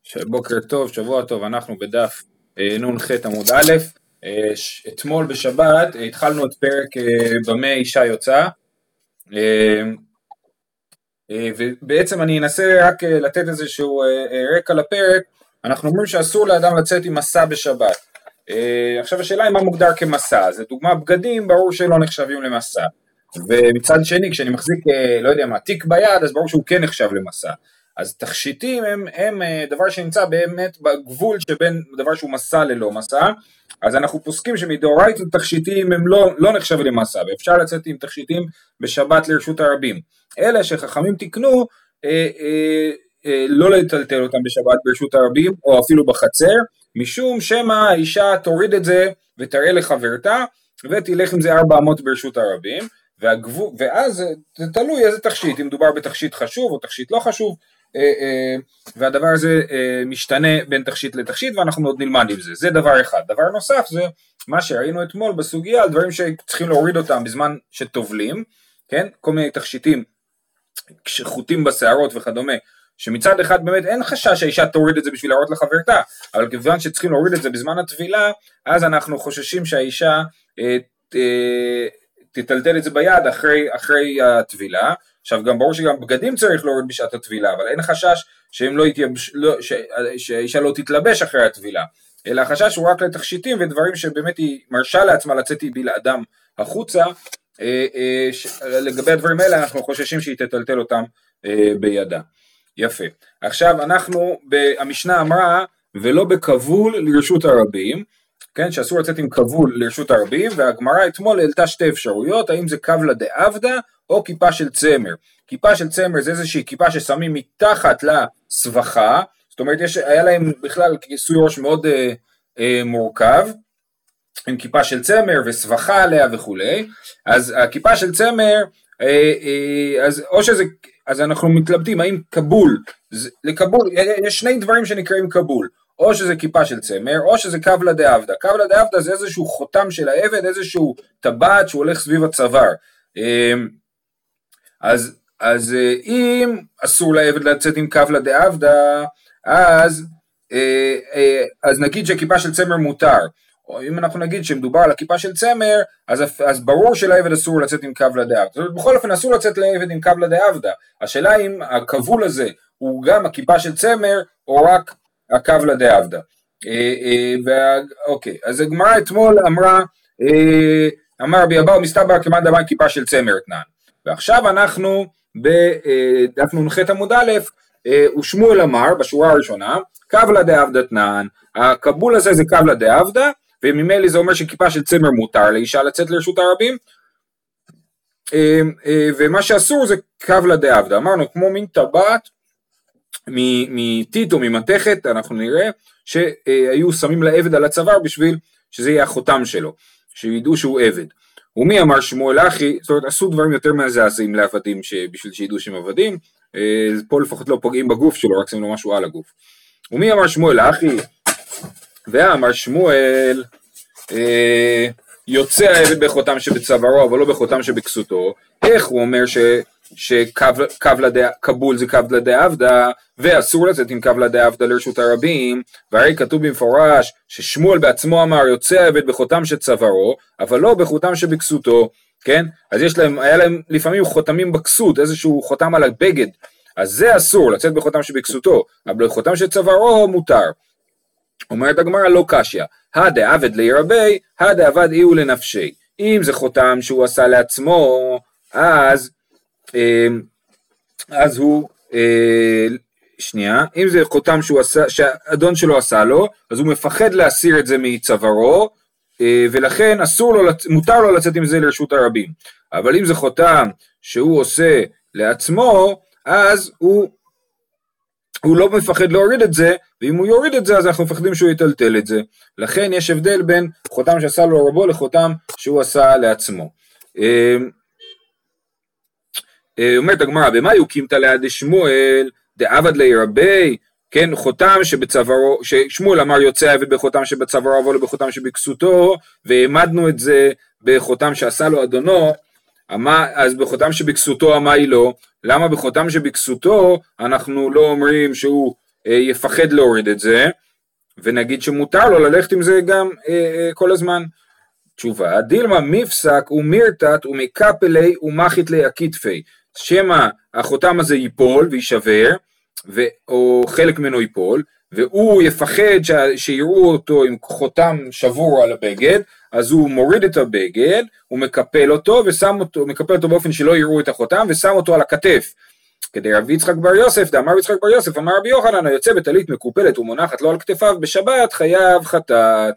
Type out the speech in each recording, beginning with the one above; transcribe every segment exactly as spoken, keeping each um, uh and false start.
בוקר טוב, שבוע טוב, אנחנו בדף נ"ח עמוד א', אתמול בשבת התחלנו את פרק במה אישה יוצאה, ובעצם אני אנסה רק לתת איזשהו רקע לפרק. אנחנו אומרים שאסור לאדם לצאת עם מסע בשבת. עכשיו השאלה היא מה מוגדר כמסע, זה דוגמה בגדים, ברור שלא נחשבים למסע, ומצד שני כשאני מחזיק לא יודע מה תיק ביד אז ברור שהוא כן נחשב למסע. אז תכשיטים הם, הם דבר שנמצא באמת בגבול שבין דבר שהוא מסע ללא מסע, אז אנחנו פוסקים שמדאורייתא תכשיטים הם לא, לא נחשבים למסע, ואפשר לצאת עם תכשיטים בשבת לרשות הרבים, אלא שחכמים תקנו אה, אה, אה, לא לטלטל אותם בשבת ברשות הרבים, או אפילו בחצר, משום שמא האישה תוריד את זה ותראה לחברתה, ותלך עם זה ארבע אמות ברשות הרבים, והגבול, ואז זה תלוי איזה תכשיט, אם מדובר בתכשיט חשוב או תכשיט לא חשוב, והדבר הזה משתנה בין תכשיט לתכשיט, ואנחנו עוד נלמד עם זה. זה דבר אחד. דבר נוסף זה מה שראינו אתמול בסוגיה, על דברים שצריכים להוריד אותם בזמן שטובלים, כן? כל מיני תכשיטים שחוטים בשערות וכדומה, שמצד אחד באמת אין חשש שהאישה תוריד את זה בשביל להראות לחברתה, אבל כיוון שצריכים להוריד את זה בזמן הטבילה, אז אנחנו חוששים שהאישה תטלטל את זה ביד אחרי, אחרי הטבילה. עכשיו גם ברור שגם בגדים צריך להוריד בשעת הטבילה, אבל אין חשש שהם לא יתייבש, לא, ש, שהאישה לא תתלבש אחרי הטבילה, אלא החשש הוא רק לתכשיטים ודברים שבאמת היא מרשה לעצמה לצאת בלעדם החוצה. אה, אה, ש, לגבי הדברים האלה אנחנו חוששים שהיא תטלטל אותם אה, בידה. יפה. עכשיו אנחנו, המשנה אמרה ולא בכבול לרשות הרבים, כן, שאסור לצאת עם כבול לרשות הרבים, והגמרא אתמול העלתה שתי אפשרויות, האם זה קבלה דעבדה או כיפה של צמר. כיפה של צמר זה איזושהי כיפה ששמים מתחת לסבכה, זאת אומרת יש, היה להם בכלל כיסוי ראש מאוד אה, אה, מורכב, עם כיפה של צמר וסבכה עליה וכולי, אז הכיפה של צמר, אה, אה, אז, או שזה, אז אנחנו מתלבטים האם קבול, זה, לקבול, יש שני דברים שנקראים קבול, או שזה כיפה של צמר, או שזה קבלה דעבדה. קבלה דעבדה זה איזשהו חותם של העבד, איזשהו טבעת שהוא הולך סביב הצוואר. אז, אז אם אסור לעבד לצאת עם קבלה דעבדה, אז, אז נגיד שכיפה של צמר מותר. או אם אנחנו נגיד שמדובר על הכיפה של צמר, אז, אז ברור שלעבד אסור לצאת עם קבלה דעבדה. זאת אומרת, בכל אופן אסור לצאת לעבד עם קבלה דעבדה. השאלה אם הכבול הזה הוא גם הכיפה של צמר, או רק הקבלה דעבדה. אוקיי, אז הגמרא אתמול אמרה, אמר רבי אבאו מסתבר כמאן דמן כיפה של צמר אתנן. ועכשיו אנחנו בדף נ"ח עמוד א', ושמואל אמר בשורה הראשונה, קבלה דעבדה אתנן, הקבול הזה זה קבלה דעבדה, וממילא זה אומר שכיפה של צמר מותר לאישה לצאת לרשות הרבים, ומה שאסור זה קבלה דעבדה. אמרנו כמו מין טבעת, מטיט או ממתכת, אנחנו נראה שהיו שמים לעבד על הצוואר בשביל שזה יהיה החותם שלו, שידעו שהוא עבד. ומי אמר שמואל אחי, זאת אומרת עשו דברים יותר מזעזעים לעבדים בשביל שידעו שהם עבדים, פה לפחות לא פוגעים בגוף שלו, רק שמים לו משהו על הגוף. ומי אמר שמואל אחי, ואמר שמואל יוצא העבד בחותם שבצווארו אבל לא בחותם שבכסותו. איך הוא אומר ש שקבול זה קבלה דעבדה, ואסור לצאת עם קבלה דעבדה לרשות הרבים, והרי כתוב במפורש ששמואל בעצמו אמר יוצא העבד בחותם שצווארו, אבל לא בחותם שבכסותו, כן? אז יש להם, היה להם לפעמים חותמים בכסות, איזשהו חותם על הבגד, אז זה אסור לצאת בחותם שבכסותו, אבל בחותם שצווארו מותר. אומרת הגמרא לא קשיא, הדעבד לירבי, הדעבד איהו לנפשי. אם זה חותם שהוא עשה לעצמו, אז אז הוא, שנייה, אם זה חותם שהוא עשה, שהאדון שלו עשה לו, אז הוא מפחד להסיר את זה מצווארו, ולכן אסור לו, מותר לו לצאת עם זה לרשות הרבים. אבל אם זה חותם שהוא עושה לעצמו, אז הוא, הוא לא מפחד להוריד את זה, ואם הוא יוריד את זה, אז אנחנו מפחדים שהוא יטלטל את זה. לכן יש הבדל בין חותם שעשה לו רבו, לחותם שהוא עשה לעצמו. אומרת הגמרא, במה יוקימתא ליד שמואל דעבד לירבי, כן, חותם שבצווארו, ששמואל אמר יוצא עבד בחותם שבצווארו אבל לא בחותם שבכסותו, והעמדנו את זה בחותם שעשה לו אדונו, אז בחותם שבכסותו אמר היא לא. למה בחותם שבכסותו אנחנו לא אומרים שהוא יפחד להוריד את זה, ונגיד שמותר לו ללכת עם זה גם כל הזמן. תשובה, דילמה מפסק ומירתת ומקפלי ומחית לי הכתפי, שמה החותם הזה ייפול וישבר, ו, או חלק ממנו ייפול, והוא יפחד ש, שיראו אותו עם חותם שבור על הבגד, אז הוא מוריד את הבגד, הוא מקפל אותו, ושם אותו, מקפל אותו באופן שלא יראו את החותם, ושם אותו על הכתף. כדי רבי יצחק בר יוסף, דאמר יצחק בר יוסף, אמר רבי יוחנן, היוצא בטלית מקופלת ומונחת לו על כתפיו בשבת, חייב חטאת.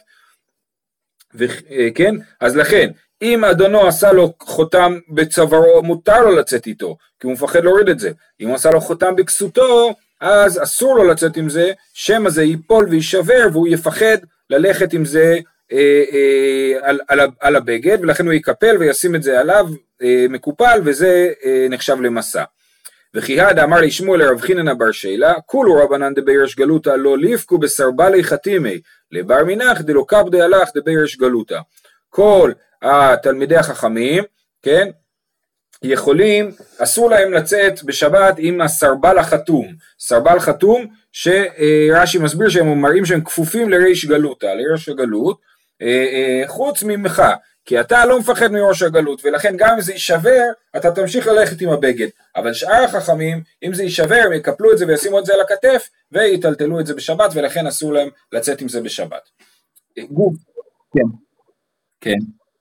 וכן, אז לכן, אם אדונו עשה לו חותם בצווארו, מותר לו לצאת איתו, כי הוא מפחד להוריד את זה. אם הוא עשה לו חותם בכסותו, אז אסור לו לצאת עם זה, שם הזה ייפול וישבר, והוא יפחד ללכת עם זה אה, אה, על, על, על הבגד, ולכן הוא יקפל וישים את זה עליו אה, מקופל, וזה אה, נחשב למסע. וכי הד אמר לי שמואל לרב חיננה בר שילה, כולו רבנן דבירש גלותה לא ליפקו בסרבלי חתימי, לבר מינך דלא קפדי הלך דבירש גלותה. כל התלמידי החכמים, כן, יכולים, אסור להם לצאת בשבת עם הסרבל החתום, סרבל חתום שרש"י מסביר שהם מראים שהם כפופים לריש גלותה, לריש הגלות, חוץ ממך, כי אתה לא מפחד מראש הגלות, ולכן גם אם זה יישבר, אתה תמשיך ללכת עם הבגד, אבל שאר החכמים, אם זה יישבר, הם יקפלו את זה וישימו את זה על הכתף, ויטלטלו את זה בשבת, ולכן אסור להם לצאת עם זה בשבת. גוף, כן, כן.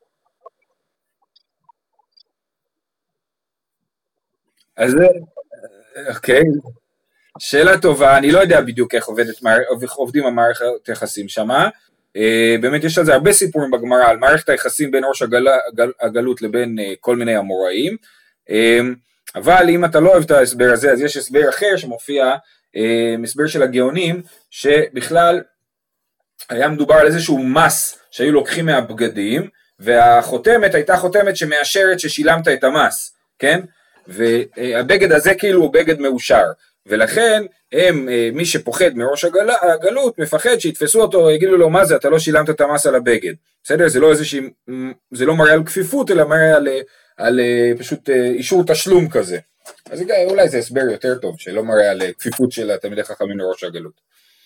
אז אוקיי, שאלה טובה, אני לא יודע בדיוק איך עובדת, איך עובדים המערכת היחסים שמה, באמת יש על זה הרבה סיפורים בגמרא, על מערכת היחסים בין ראש הגל, הגל, הגלות לבין כל מיני אמוראים, אבל אם אתה לא אוהב את ההסבר הזה, אז יש הסבר אחר שמופיע, הסבר של הגאונים, שבכלל היה מדובר על איזשהו מס שהיו לוקחים מהבגדים, והחותמת הייתה חותמת שמאשרת ששילמת את המס, כן? והבגד הזה כאילו הוא בגד מאושר, ולכן הם, מי שפוחד מראש הגל, הגלות, מפחד שיתפסו אותו, יגידו לו מה זה, אתה לא שילמת את המס על הבגד, בסדר? זה לא איזושהי, זה לא מראה על כפיפות, אלא מראה על, על פשוט אישור תשלום כזה, אז אולי זה הסבר יותר טוב, שלא מראה על כפיפות של התלמידי חכמים לראש הגלות.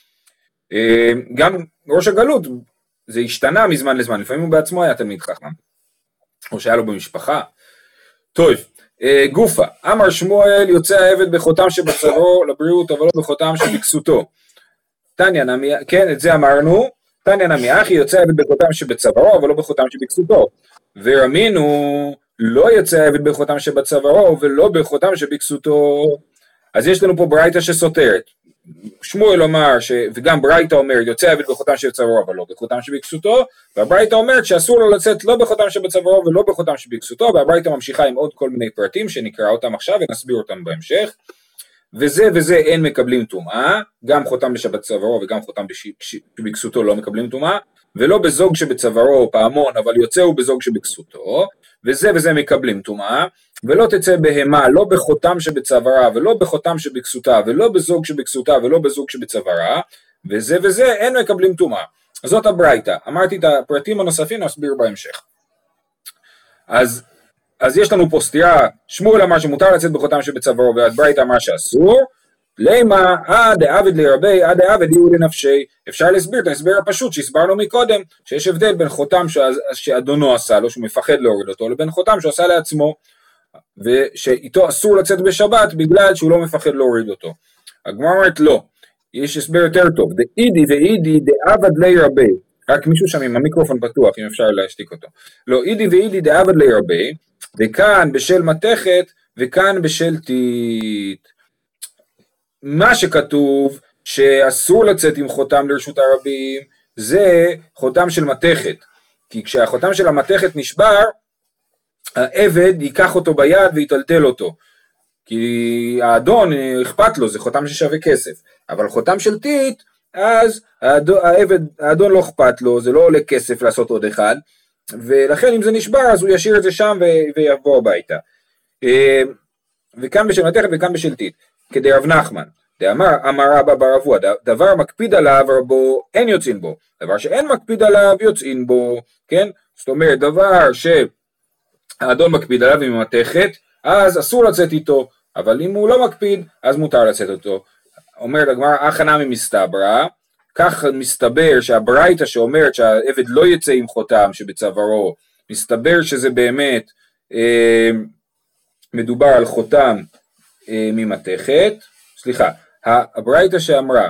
גם ראש הגלות, זה השתנה מזמן לזמן, לפעמים הוא בעצמו היה תלמיד חכם, או שהיה לו במשפחה. טוב, גופה, אמר שמואל יוצא העבד בחותם שבצרו לבריאות, אבל לא בחותם שבכסותו. תניא נמי, כן, את זה אמרנו, תניא נמי אחי יוצא העבד בחותם שבצווארו, אבל לא בחותם שבכסותו. ורמינו לא יוצא העבד בחותם שבצווארו, ולא בחותם שבכסותו. אז יש לנו פה ברייתא שסותרת. שמואל אומר, ש... וגם ברייתא אומר, יוצא העבד בחותם שבצווארו, אבל לא בחותם שבכסותו, והברייתא אומרת שאסור לו לצאת לא בחותם שבצווארו ולא בחותם שבכסותו, והברייתא ממשיכה עם עוד כל מיני פרטים שנקרא אותם עכשיו ונסביר אותם בהמשך, וזה וזה אין מקבלים טומאה, גם חותם שבצווארו וגם חותם שבכסותו לא מקבלים טומאה, ולא בזוג שבצווארו פעמון, אבל יוצא הוא בזוג שבכסותו, וזה וזה מקבלים טומאה, ולא תצא בהמה, לא בחותם שבצווארה, ולא בחותם שבכסותה, ולא בזוג שבכסותה, ולא בזוג שבצווארה, וזה וזה אין מקבלים טומאה. אז זאת הברייתא. אמרתי את הפרטים הנוספים, נסביר בהמשך. אז, אז יש לנו פה סתירה, שמואל אמר שמותר לצאת בחותם שבצווארו, והברייתא אמר שאסור, למה, עד העבד לרבי, עד העבד יהיו לנפשי, אפשר להסביר את ההסבר הפשוט שהסברנו מקודם, שיש הבדל בין חותם שאדונו עשה לו, שהוא מפחד להוריד אותו, לבין חותם שעשה לעצמו, ושאיתו אסור לצאת בשבת, בגלל שהוא לא מפחד להוריד אותו. הגמרא אומרת לא, יש הסבר יותר טוב, דאידי ואידי דעבד לרבי, רק מישהו שם עם המיקרופון פתוח, אם אפשר להשתיק אותו, לא, אידי ואידי דעבד לרבי, וכאן בשל מתכת, וכאן בשל תית, מה שכתוב שאסור לצאת עם חותם לרשות הרבים, זה חותם של מתכת, כי כשהחותם של המתכת נשבר, העבד ייקח אותו ביד ויטלטל אותו, כי האדון אכפת לו, זה חותם ששווה כסף, אבל חותם של תית, אז העבד, האדון לא אכפת לו, זה לא עולה כסף לעשות עוד אחד, ולכן אם זה נשבר, אז הוא ישאיר את זה שם ויבוא הביתה. וכאן בשל מתכת וכאן בשל תית. כדי רב נחמן, דאמר אמר רבא בר אבוה, דבר מקפיד עליו רבו אין יוצאים בו, דבר שאין מקפיד עליו יוצאים בו, כן? זאת אומרת דבר שהאדון מקפיד עליו עם מתכת, אז אסור לצאת איתו, אבל אם הוא לא מקפיד אז מותר לצאת אותו. אומרת הגמרא, הכנה ממסתברא, כך מסתבר שהברייתא שאומרת שהעבד לא יצא עם חותם שבצווארו, מסתבר שזה באמת אה, מדובר על חותם אה, ממתכת, סליחה, הברייתא שאמרה,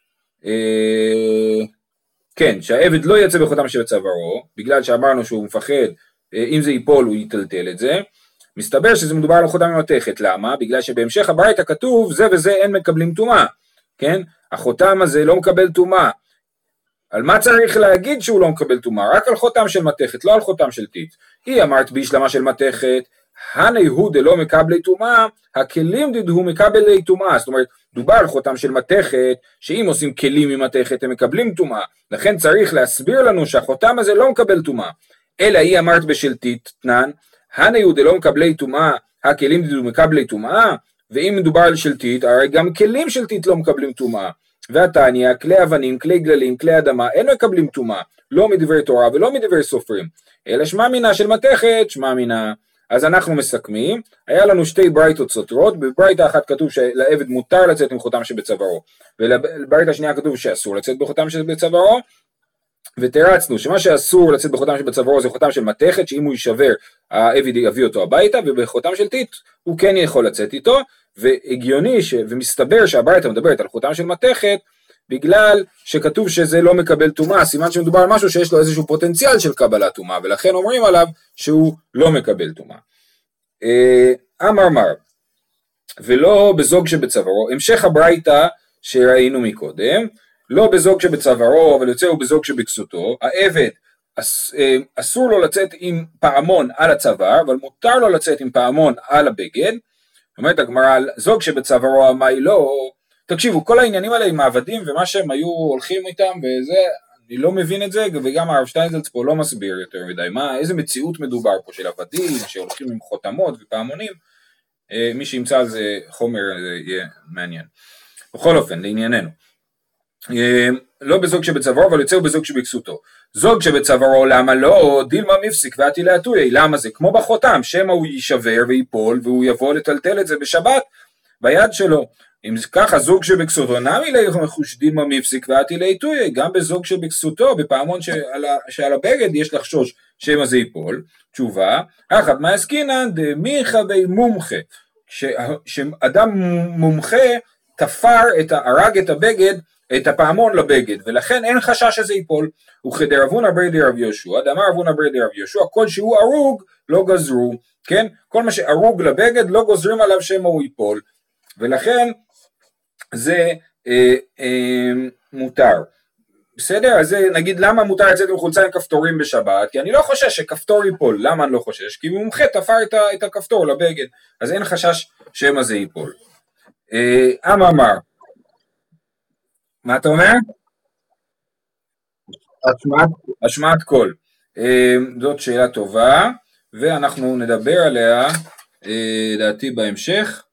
אה, כן, שהעבד לא יצא בחותם שבצווארו, בגלל שאמרנו שהוא מפחד, אה, אם זה ייפול הוא יטלטל את זה, מסתבר שזה מדובר על חותם ממתכת, למה? בגלל שבהמשך הברייתא כתוב, זה וזה אין מקבלים טומאה, כן? החותם הזה לא מקבל טומאה, על מה צריך להגיד שהוא לא מקבל טומאה? רק על חותם של מתכת, לא על חותם של טיט. היא אמרת בהשלמה של מתכת, הני הוא דלא מקבלי טומאה, הכלים דדהו מקבלי טומאה, זאת אומרת, דובר על חותם של מתכת, שאם עושים כלים ממתכת הם מקבלים טומאה, לכן צריך להסביר לנו שהחותם הזה לא מקבל טומאה, אלא היא אמרת בשל טיט תנן, הני הוא דלא מקבלי טומאה, הכלים דדהו מקבלי טומאה, ואם מדובר על של טיט, הרי גם כלים של טיט לא מקבלים טומאה, והתניא, כלי אבנים, כלי גללים, כלי אדמה, אין מקבלים טומאה, לא מדברי תורה ולא מדברי סופרים, אלא שמע מינה של מתכת, שמע מינה. אז אנחנו מסכמים, היה לנו שתי ברייתות סותרות, בברייתה אחת כתוב שלעבד מותר לצאת עם חותם שבצווארו, ולברייתה השנייה כתוב שאסור לצאת בחותם שבצווארו, ותרצנו שמה שאסור לצאת בחותם שבצווארו זה חותם של מתכת, שאם הוא יישבר העבד יביא אותו הביתה, ובחותם של טיט הוא כן יכול לצאת איתו, והגיוני ש... ומסתבר שהברייתא מדברת על חותם של מתכת, בגלל שכתוב שזה לא מקבל טומאה, סימן שמדובר על משהו שיש לו איזשהו פוטנציאל של קבלת טומאה, ולכן אומרים עליו שהוא לא מקבל טומאה. אמר מר, ולא בזוג שבצווארו, המשך הברייתא שראינו מקודם, לא בזוג שבצווארו, אבל יוצא הוא בזוג שבכסותו, העבד אס, אסור לו לצאת עם פעמון על הצוואר, אבל מותר לו לצאת עם פעמון על הבגד, אומרת הגמרא, זוג שבצווארו אמי לא, תקשיבו, כל העניינים האלה עם העבדים ומה שהם היו הולכים איתם וזה, אני לא מבין את זה, וגם הרב שטיינזלץ פה לא מסביר יותר מדי, מה, איזה מציאות מדובר פה של עבדים שהולכים עם חותמות ופעמונים, מי שימצא על זה חומר זה יהיה מעניין. בכל אופן, לענייננו. לא בזוג שבצווארו, אבל יוצאו בזוג שבכסותו. זוג שבצווארו, למה לא? דילמה מפסיק ואתי להטויה, למה זה? כמו בחותם, שמה הוא יישבר ויפול, והוא יבוא לטלטל את זה בשבת, ביד שלו. אם זה ככה, זוג שבכסותו, נמי לחוש דילמה מפסיק ואתי להטויה, גם בזוג שבכסותו, בפעמון שעל, שעל הבגד יש לחשוש שמה זה ייפול. תשובה, אחת מה עסקינן, דמיכה בי מומחה, שאדם מומחה תפר, את, הרג את הבגד, את הפעמון לבגד, ולכן אין חשש שזה ייפול. וכדרבונה ברדי רב יהושע, דאמר רבונה ברדי רב יהושע, כל שהוא ארוג לא גזרו, כן? כל מה שארוג לבגד לא גוזרים עליו שמה הוא ייפול, ולכן זה אה, אה, מותר. בסדר? אז זה, נגיד למה מותר לצאת עם חולצה עם כפתורים בשבת? כי אני לא חושש שכפתור ייפול. למה אני לא חושש? כי הוא מומחה תפר את, את הכפתור לבגד, אז אין חשש שמה זה ייפול. אה, אמר מה אתה אומר? השמעת, השמעת קול. זאת שאלה טובה, ואנחנו נדבר עליה, דעתי בהמשך.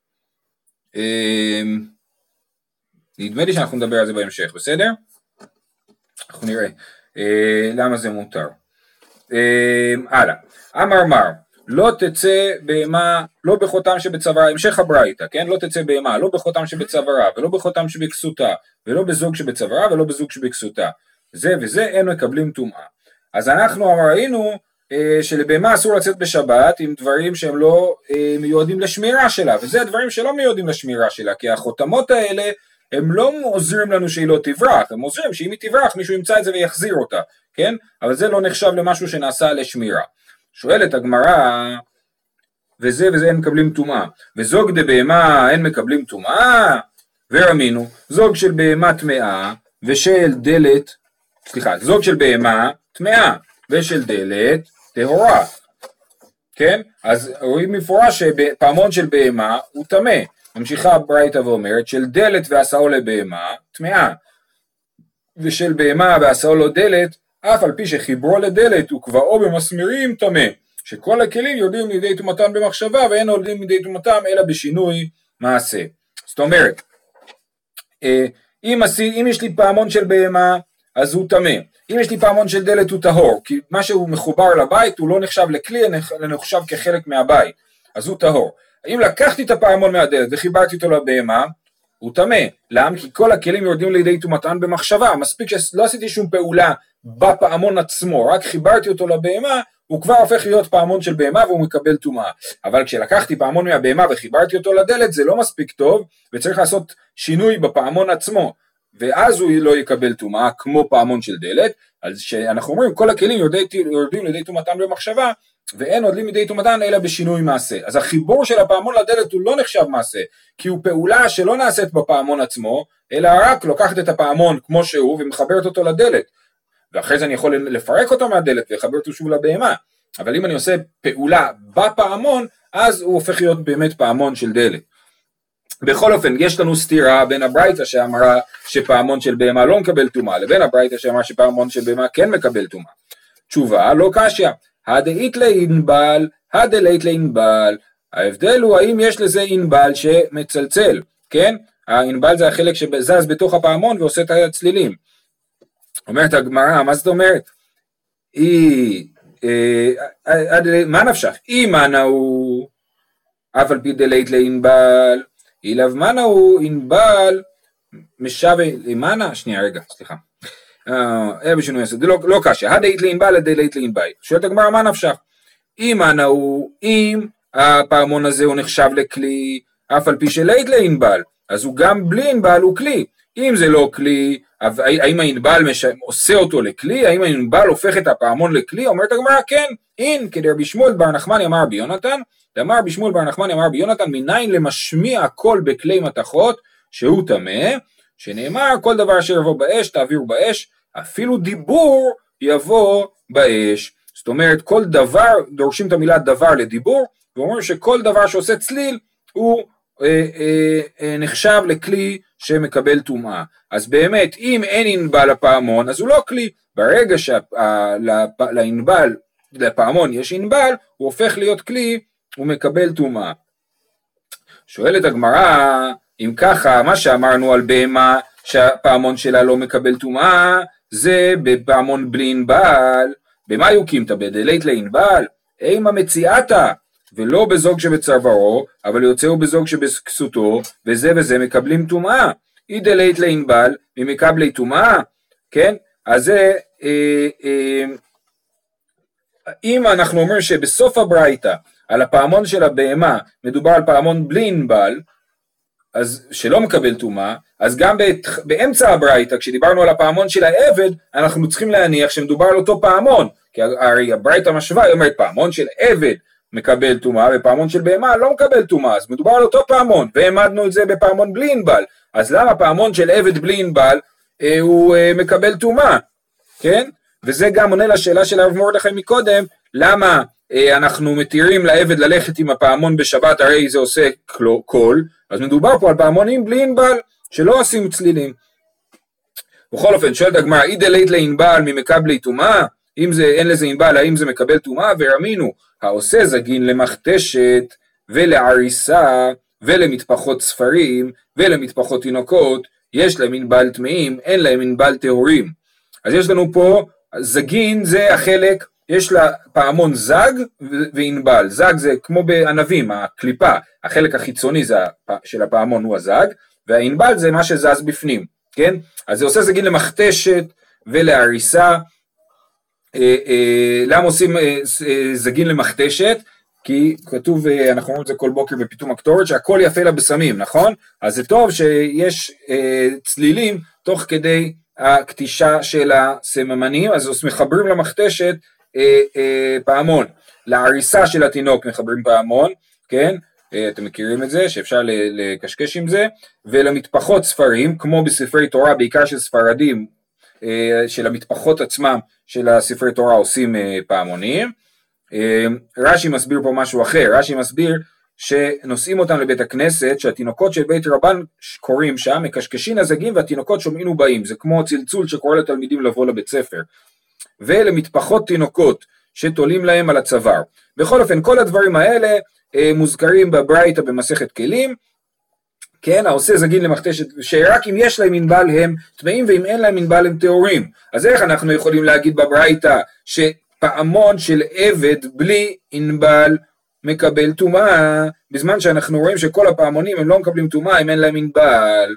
נדמה לי שאנחנו נדבר על זה בהמשך, בסדר? אנחנו נראה למה זה מותר. הלאה. אמר מר, לא תצא בהמה, לא בחותם שבצווארה, המשך הברייתא, כן? לא תצא בהמה, לא בחותם שבצווארה, ולא בחותם שבכסותה, ולא בזוג שבצווארה, ולא בזוג שבכסותה. זה וזה אין מקבלים טומאה. אז אנחנו ראינו אה, שלבהמה אסור לצאת בשבת עם דברים שהם לא אה, מיועדים לשמירה שלה, וזה הדברים שלא מיועדים לשמירה שלה, כי החותמות האלה הם לא עוזרים לנו שהיא לא תברח, הם עוזרים שאם היא תברח מישהו ימצא את זה ויחזיר אותה, כן? אבל זה לא נחשב למשהו שנעשה לשמירה. שואלת הגמרא, וזה וזה אין מקבלים טומאה, וזוג דבהמה אין מקבלים טומאה, ורמינו, זוג של בהמה טמאה ושל דלת, סליחה, זוג של בהמה טמאה ושל דלת טהורה, כן? אז רואים מפורש שפעמון של בהמה הוא טמא, ממשיכה ברייתא ואומרת של דלת ועשאו לבהמה טמאה, ושל בהמה ועשאו לו דלת, אף על פי שחיברו לדלת וקבעו במסמרים טמא, שכל הכלים יודעים מידי טומאתם במחשבה ואין יודעים מידי טומאתם אלא בשינוי מעשה. זאת אומרת, אם, אם יש לי פעמון של בהמה אז הוא טמא, אם יש לי פעמון של דלת הוא טהור, כי מה שהוא מחובר לבית הוא לא נחשב לכלי, אלא נחשב כחלק מהבית, אז הוא טהור. אם לקחתי את הפעמון מהדלת וחיברתי אותו לבהמה, הוא טמא. למה? כי כל הכלים יורדים לידי טומאתן במחשבה, מספיק שלא עשיתי שום פעולה בפעמון עצמו, רק חיברתי אותו לבהמה, הוא כבר הופך להיות פעמון של בהמה והוא מקבל טומאה. אבל כשלקחתי פעמון מהבהמה וחיברתי אותו לדלת, זה לא מספיק טוב, וצריך לעשות שינוי בפעמון עצמו, ואז הוא לא יקבל טומאה כמו פעמון של דלת. אז שאנחנו אומרים כל הכלים יורדים, יורדים לידי טומאתן במחשבה, ואין עודלים לידי טומאתן אלא בשינוי מעשה. אז החיבור של הפעמון לדלת הוא לא נחשב מעשה, כי הוא פעולה שלא נעשית בפעמון עצמו, אלא רק לוקחת את הפעמון כמו שהוא ומחברת אותו לדלת, ואחרי זה אני יכול לפרק אותו מהדלת ולחבר אותו שוב לבהמה. אבל אם אני עושה פעולה בפעמון, אז הוא הופך להיות באמת פעמון של דלת. בכל אופן, יש לנו סתירה בין הברייתא שאמרה שפעמון של בהמה לא מקבל טומאה, לבין הברייתא שאמרה שפעמון של בהמה כן מקבל טומאה. תשובה, לא קשיא. הדאית לאינבל, הדלית לאינבל. ההבדל הוא האם יש לזה אינבל שמצלצל, כן? האינבל זה החלק שזז בתוך הפעמון ועושה את הצלילים. אומרת הגמרא, מה זאת אומרת? היא, מה נפשך? אם אנה הוא, אף על פי דלית לאינבל, אילב מנה הוא אינבל, משווה, מנה? שנייה רגע, סליחה. אה, בשינוי יסוד, לא קשה, הדלית לאינבל, הדלית לאינבל. שואלת הגמרא, מה נפשך? אם אנה הוא, אם הפעמון הזה הוא נחשב לכלי, אף על פי שלית לאינבל, אז הוא גם בלי אינבל הוא כלי. אם זה לא כלי, האם האינבל עושה אותו לכלי? האם האינבל הופך את הפעמון לכלי? אומרת הגמרא, כן, אין, כדי רבי שמואל בר נחמני אמר רבי יונתן, אמר רבי שמואל בר נחמני אמר רבי יונתן, מניין למשמיע הכל בכלי מתכות, שהוא טמא, שנאמר כל דבר אשר יבוא באש, תעבירו באש, אפילו דיבור יבוא באש. זאת אומרת, כל דבר, דורשים את המילה דבר לדיבור, ואומרים שכל דבר שעושה צליל, הוא אה, אה, אה, נחשב לכלי שמקבל טומאה. אז באמת, אם אין אינבל לפעמון, אז הוא לא כלי. ברגע שלאינבל, לפעמון יש אינבל, הוא הופך להיות כלי, הוא מקבל טומאה. שואלת הגמרא, אם ככה, מה שאמרנו על בהמה, שהפעמון שלה לא מקבל טומאה, זה בפעמון בלי אינבל. במה יוקימתא? בדלית לאינבל? אימה מציאתה, ולא בזוג שבצווארו, אבל יוצאו בזוג שבכסותו, וזה וזה מקבלים טומאה. אי דלית לאינבל, ממקבלי טומאה, כן? אז זה, אה, אה, אם אנחנו אומרים שבסוף הברייתא, על הפעמון של הבהמה, מדובר על פעמון בלי אינבל, אז שלא מקבל טומאה, אז גם באמצע הברייתא, כשדיברנו על הפעמון של העבד, אנחנו צריכים להניח שמדובר על אותו פעמון, כי הרי הברייתא משווה, היא אומרת פעמון של עבד מקבל טומאה, ופעמון של בהמה לא מקבל טומאה, אז מדובר על אותו פעמון, והעמדנו את זה בפעמון בלי אינבל, אז למה פעמון של עבד בלי אינבל, אה, הוא אה, מקבל טומאה, כן? וזה גם עונה לשאלה של הרב מרדכי מקודם, למה אה, אנחנו מתירים לעבד ללכת עם הפעמון בשבת, הרי זה עושה קול, אז מדובר פה על פעמונים בלי אינבל, שלא עושים צלילים. בכל אופן, שואלת הגמרא, אי דלית לאינבל ממקבלי טומאה, אם זה, אין לזה אינבל, האם זה מקבל טומאה? ורמינו, העושה זגין למכתשת ולעריסה ולמטפחות ספרים ולמטפחות תינוקות, יש להם אינבל טמאים, אין להם אינבל טהורים. אז יש לנו פה, זגין זה החלק, יש לה פעמון זג ואינבל. זג זה כמו בענבים, הקליפה, החלק החיצוני זה של הפעמון הוא הזג, והאינבל זה מה שזז בפנים, כן? אז זה עושה זגין למכתשת ולעריסה. אה, אה, למה עושים אה, אה, זגין למכתשת? כי כתוב, אה, אנחנו אומרים את זה כל בוקר בפיתום הקטורת, שהכל יפה לה בסמים, נכון? אז זה טוב שיש אה, צלילים תוך כדי הקטישה של הסממנים, אז מחברים למכתשת אה, אה, פעמון, לעריסה של התינוק מחברים פעמון, כן? אה, אתם מכירים את זה, שאפשר לקשקש עם זה, ולמטפחות ספרים, כמו בספרי תורה, בעיקר של ספרדים, אה, של המטפחות עצמם, של הספרי תורה עושים אה, פעמונים. אה, רש"י מסביר פה משהו אחר, רש"י מסביר שנושאים אותם לבית הכנסת, שהתינוקות של בית רבן קוראים שם, מקשקשין הזגים והתינוקות שומעים ובאים, זה כמו צלצול שקורא לתלמידים לבוא לבית ספר, ולמטפחות תינוקות שתולים להם על הצוואר. בכל אופן, כל הדברים האלה אה, מוזכרים בברייתא במסכת כלים, כן, העושה זגין למכתשת, שרק אם יש להם אינבל הם טמאים, ואם אין להם אינבל הם טהורים. אז איך אנחנו יכולים להגיד בברייתא שפעמון של עבד בלי אינבל מקבל טומאה, בזמן שאנחנו רואים שכל הפעמונים הם לא מקבלים טומאה אם אין להם ענבל.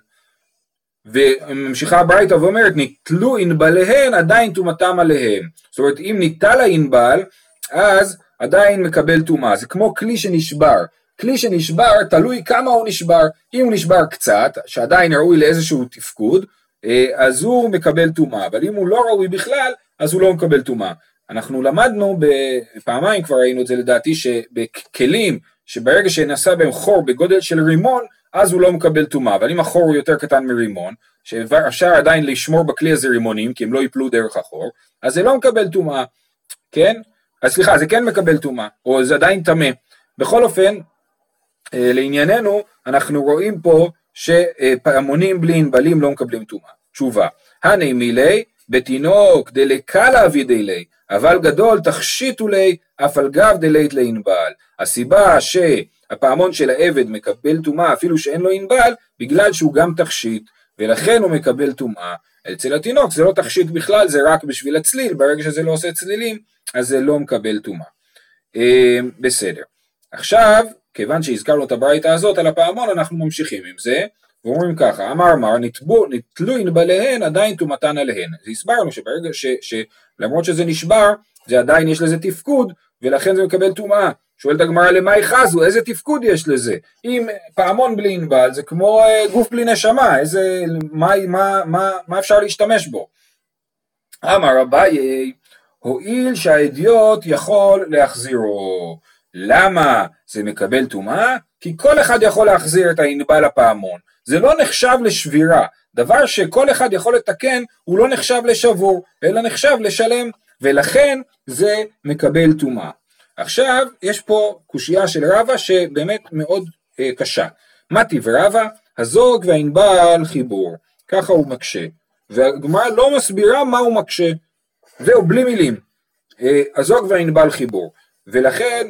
וממשיכה הברייתא ואומרת, נתלו ענבליהן עדיין טומאתם עליהם. זאת אומרת, אם ניטל הענבל, אז עדיין מקבל טומאה. זה כמו כלי שנשבר. כלי שנשבר, תלוי כמה הוא נשבר. אם הוא נשבר קצת, שעדיין ראוי לאיזשהו תפקוד, אז הוא מקבל טומאה. אבל אם הוא לא ראוי בכלל, אז הוא לא מקבל טומאה. אנחנו למדנו בפעמיים, כבר ראינו את זה לדעתי, שבכלים, שברגע שנעשה בהם חור בגודל של רימון, אז הוא לא מקבל טומאה. אבל אם החור הוא יותר קטן מרימון, שאפשר עדיין לשמור בכלי הזה רימונים, כי הם לא ייפלו דרך החור, אז זה לא מקבל טומאה. כן? אז סליחה, זה כן מקבל טומאה, או זה עדיין טמא. בכל אופן, לענייננו, אנחנו רואים פה שפעמונים בלי ענבלים לא מקבלים טומאה. תשובה, הני מילי, בתינוק דלקלה אבידי, אבל גדול תכשיטו לי, אף על גב דלית לענבל. הסיבה שהפעמון של העבד מקבל טומאה, אפילו שאין לו ענבל, בגלל שהוא גם תכשיט, ולכן הוא מקבל טומאה. אצל התינוק זה לא תכשיט בכלל, זה רק בשביל הצליל, ברגע שזה לא עושה צלילים, אז זה לא מקבל טומאה. בסדר. עכשיו, כיוון שהזכרנו את הברייתא הזאת על הפעמון, אנחנו ממשיכים עם זה, ואומרים ככה, אמר אמר, נתבו, נתלו ענבליהן, עדיין טומאתן עליהן. אז הסברנו שברגע ש, שלמרות שזה נשבר, זה עדיין יש לזה תפקוד, ולכן זה מקבל טומאה. שואלת הגמרא, למה יחזו? איזה תפקוד יש לזה? אם פעמון בלי ענבל, זה כמו גוף בלי נשמה, איזה, מה, מה, מה, מה אפשר להשתמש בו? אמר אביי, הואיל שהאדיוט יכול להחזירו. למה זה מקבל טומאה? כי כל אחד יכול להחזיר את הענבל הפעמון. זה לא נחשב לשבירה. דבר שכל אחד יכול לתקן, הוא לא נחשב לשבור, אלא נחשב לשלם, ולכן זה מקבל טומאה. עכשיו, יש פה קושייה של רבא שבאמת מאוד אה, קשה. מתי ורבא, הזוג והענבל חיבור. ככה הוא מקשה. והגמרא לא מסבירה מה הוא מקשה. זהו, בלי מילים. אה, הזוג והענבל חיבור. ולכן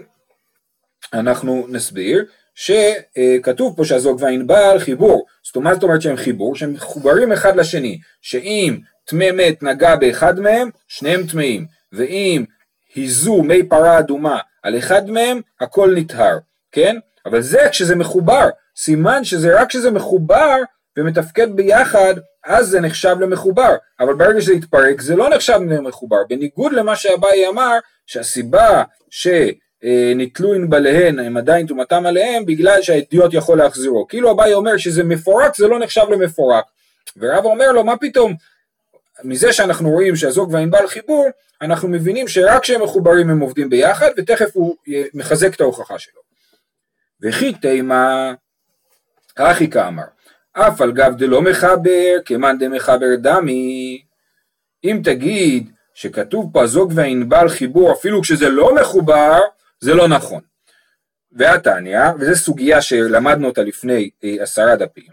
אנחנו נסביר שכתוב פה שהזוג והענבל חיבור. זאת אומרת, זאת אומרת שהם חיבור, שהם מחוברים אחד לשני. שאם טמא מת נגע באחד מהם, שניהם טמאים. ואם היזו מי פרה אדומה על אחד מהם, הכל נטהר, כן? אבל זה כשזה מחובר, סימן שזה רק כשזה מחובר ומתפקד ביחד, אז זה נחשב למחובר, אבל ברגע שזה יתפרק, זה לא נחשב למחובר, בניגוד למה שאביי אמר, שהסיבה שניטלו ענבליהן, הם עדיין טומאתם עליהם, בגלל שהאדיוט יכול להחזירו, כאילו אביי אומר שזה מפורק, זה לא נחשב למפורק, ורב אומר לו, מה פתאום? מזה שאנחנו רואים שהזוג והענבל חיבור, אנחנו מבינים שרק כשהם מחוברים הם עובדים ביחד, ותכף הוא מחזק את ההוכחה שלו. וכי תימה, אחי כאמר, אף על גב דלא מחבר, כמאן דמחבר דמי. אם תגיד שכתוב פה הזוג והענבל חיבור, אפילו כשזה לא מחובר, זה לא נכון. והתניא, וזו סוגיה שלמדנו אותה לפני עשרה דפים,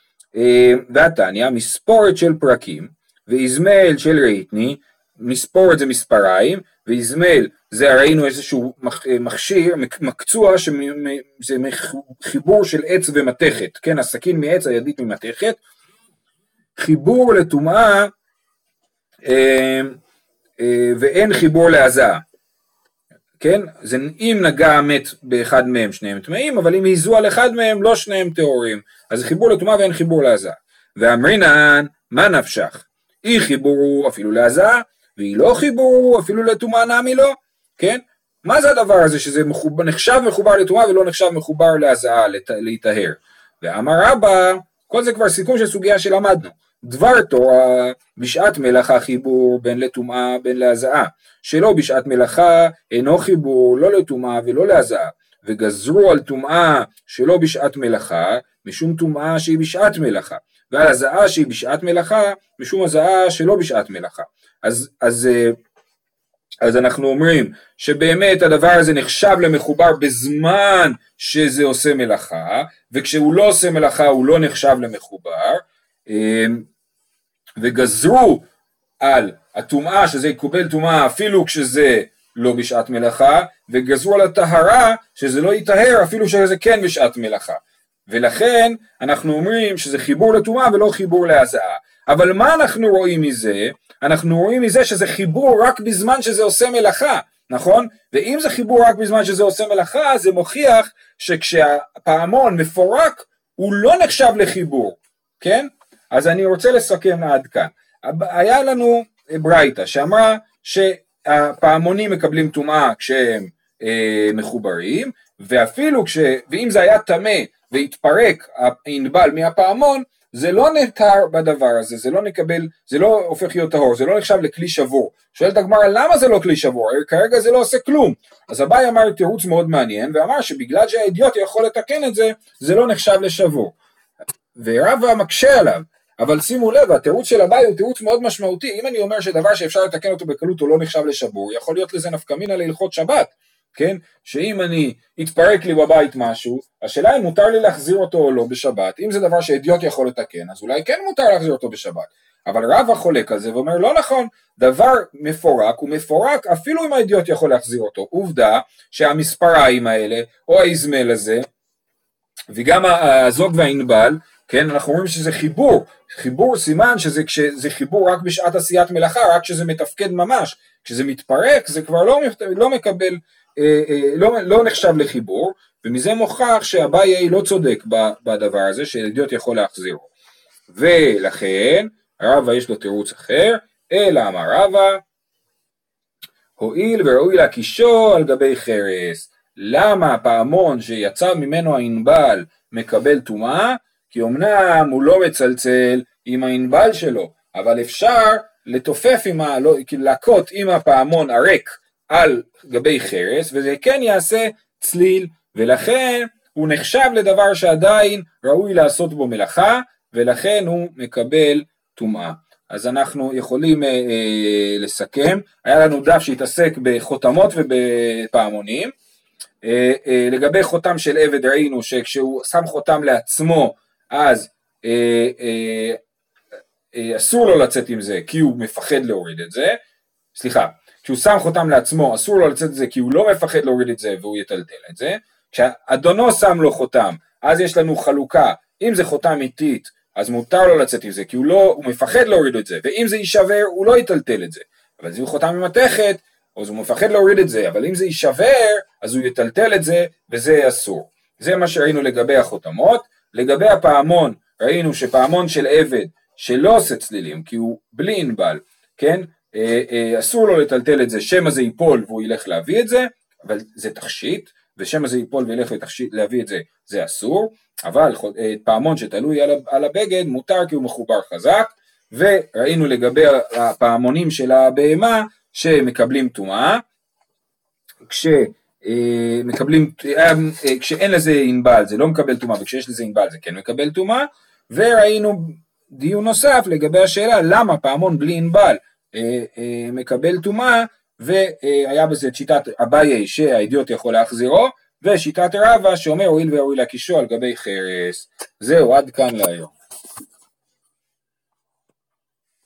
והתניא, מספורת של פרקים, ואיזמל של רייטני, מספורת זה מספריים, ואיזמל זה ראינו איזשהו מכשיר, מקצוע, שזה חיבור של עץ ומתכת, כן, הסכין מעץ, הידית ממתכת, חיבור לטומאה, ואין חיבור להזעה, כן, זה אם נגע המת באחד מהם, שניהם טמאים, אבל אם היזו על אחד מהם, לא שניהם טהורים, אז זה חיבור לטומאה ואין חיבור להזעה, ואמרינן, מה נפשך? היא חיבורו אפילו להזעה, והיא לא חיבורו אפילו לטומאה נמי לא, כן? מה זה הדבר הזה שזה מחובר, נחשב מחובר לטומאה ולא נחשב מחובר להזעה, להיטהר? ואמר רבא, כל זה כבר סיכום של סוגיה שלמדנו, דבר תורה בשעת מלאכה חיבור בין לטומאה בין להזעה, שלא בשעת מלאכה אינו חיבור לא לטומאה ולא להזעה, וגזרו על טומאה שלא בשעת מלאכה, משום טומאה שהיא בשעת מלאכה, ועל הזעה שהיא בשעת מלאכה, משום הזעה שלא בשעת מלאכה. אז, אז, אז אנחנו אומרים שבאמת הדבר הזה נחשב למחובר בזמן שזה עושה מלאכה, וכשהוא לא עושה מלאכה הוא לא נחשב למחובר, וגזרו על הטומאה שזה יקובל טומאה אפילו כשזה לא בשעת מלאכה, וגזרו על הטהרה שזה לא יטהר אפילו שזה כן בשעת מלאכה. ולכן אנחנו אומרים שזה חיבור לטומאה ולא חיבור להזעה. אבל מה אנחנו רואים מזה? אנחנו רואים מזה שזה חיבור רק בזמן שזה עושה מלאכה. נכון? ואם זה חיבור רק בזמן שזה עושה מלאכה, זה מוכיח שכשהפעמון מפורק, הוא לא נחשב לחיבור, כן? אז אני רוצה לסכם עד כאן. היה לנו ברייתא שאמרה שהפעמונים מקבלים טומאה כשהם אה, מחוברים, ואפילו כש... ואם זה היה טמא והתפרק הענבל מהפעמון, זה לא נתר בדבר הזה, זה לא נקבל, זה לא הופך להיות טהור, זה לא נחשב לכלי שבור. שואלת הגמרא, למה זה לא כלי שבור? כרגע זה לא עושה כלום. אז אביי אמר תירוץ מאוד מעניין, ואמר שבגלל שהאידיוט יכול לתקן את זה, זה לא נחשב לשבור. ורבא מקשה עליו, אבל שימו לב, התירוץ של אביי הוא תירוץ מאוד משמעותי. אם אני אומר שדבר שאפשר לתקן אותו בקלות הוא לא נחשב לשבור, יכול להיות לזה נפקא מינה להלכות שבת, כן? שאם אני יתפרק לי בבית משהו, השאלה אם מותר לי להחזיר אותו או לא בשבת. אם זה דבר שאידיוט יכול לתקן, אז אולי כן מותר להחזיר אותו בשבת. אבל רבא חולק על זה ואומר, לא נכון, דבר מפורק הוא מפורק אפילו אם האידיוט יכול להחזיר אותו. עובדה שהמספריים האלה, או האזמל הזה, וגם הזוג והענבל, כן, אנחנו אומרים שזה חיבור, חיבור סימן שזה כשזה חיבור רק בשעת עשיית מלאכה, רק כשזה מתפקד ממש, כשזה מתפרק זה כבר לא, לא מקבל, אה, אה, לא, לא נחשב לחיבור, ומזה מוכח שאביי לא צודק בדבר הזה, שאידיוט יכול להחזיר. ולכן, רבא יש לו תירוץ אחר, אלא אמר רבא, הועיל וראוי להקישו על גבי חרס. למה הפעמון שיצא ממנו הענבל מקבל טומאה? כי אמנם הוא לא מצלצל עם הענבל שלו, אבל אפשר לתופף עם ה... לא, להכות עם הפעמון הריק על גבי חרס, וזה כן יעשה צליל, ולכן הוא נחשב לדבר שעדיין ראוי לעשות בו מלאכה, ולכן הוא מקבל טומאה. אז אנחנו יכולים אה, אה, לסכם, היה לנו דף שהתעסק בחותמות ובפעמונים, אה, אה, לגבי חותם של עבד ראינו שכשהוא שם חותם לעצמו, אז אה, אה, אה, אסור לו לצאת עם זה כי הוא מפחד להוריד את זה, סליחה, כשהוא שם חותם לעצמו אסור לו לצאת את זה כי הוא לא מפחד להוריד את זה והוא יטלטל את זה, כשאדונו שם לו חותם, אז יש לנו חלוקה, אם זה חותם איטית, אז מותר לו לצאת עם זה, כי הוא לא, הוא מפחד להוריד את זה, ואם זה יישבר, הוא לא יטלטל את זה, אבל אם הוא חותם עם מתכת, אז הוא מפחד להוריד את זה, אבל אם זה יישבר, אז הוא יטלטל את זה, וזה אסור. זה מה שראינו לגבי החותמות. לגבי הפעמון, ראינו שפעמון של עבד, שלא עושה צלילים, כי הוא בלי ענבל, כן, אה, אה, אסור לו לטלטל את זה, שמא זה ייפול, והוא ילך להביא את זה, אבל זה תכשיט, ושמא זה ייפול וילך להביא את זה, זה אסור, אבל פעמון שתלוי על הבגד מותר כי הוא מחובר חזק, וראינו לגבי הפעמונים של הבהמה שמקבלים טומאה, כשמקבלים, כשאין לזה ענבל זה לא מקבל טומאה, וכשיש לזה ענבל זה כן מקבל טומאה, וראינו דיון נוסף לגבי השאלה למה פעמון בלי ענבל מקבל טומאה, והיה בזה את שיטת אביי שהאידיוט יכול להחזירו, ושיטת רבא שאומר הואיל וראוי להקישו על גבי חרס. זהו, עד כאן להיום.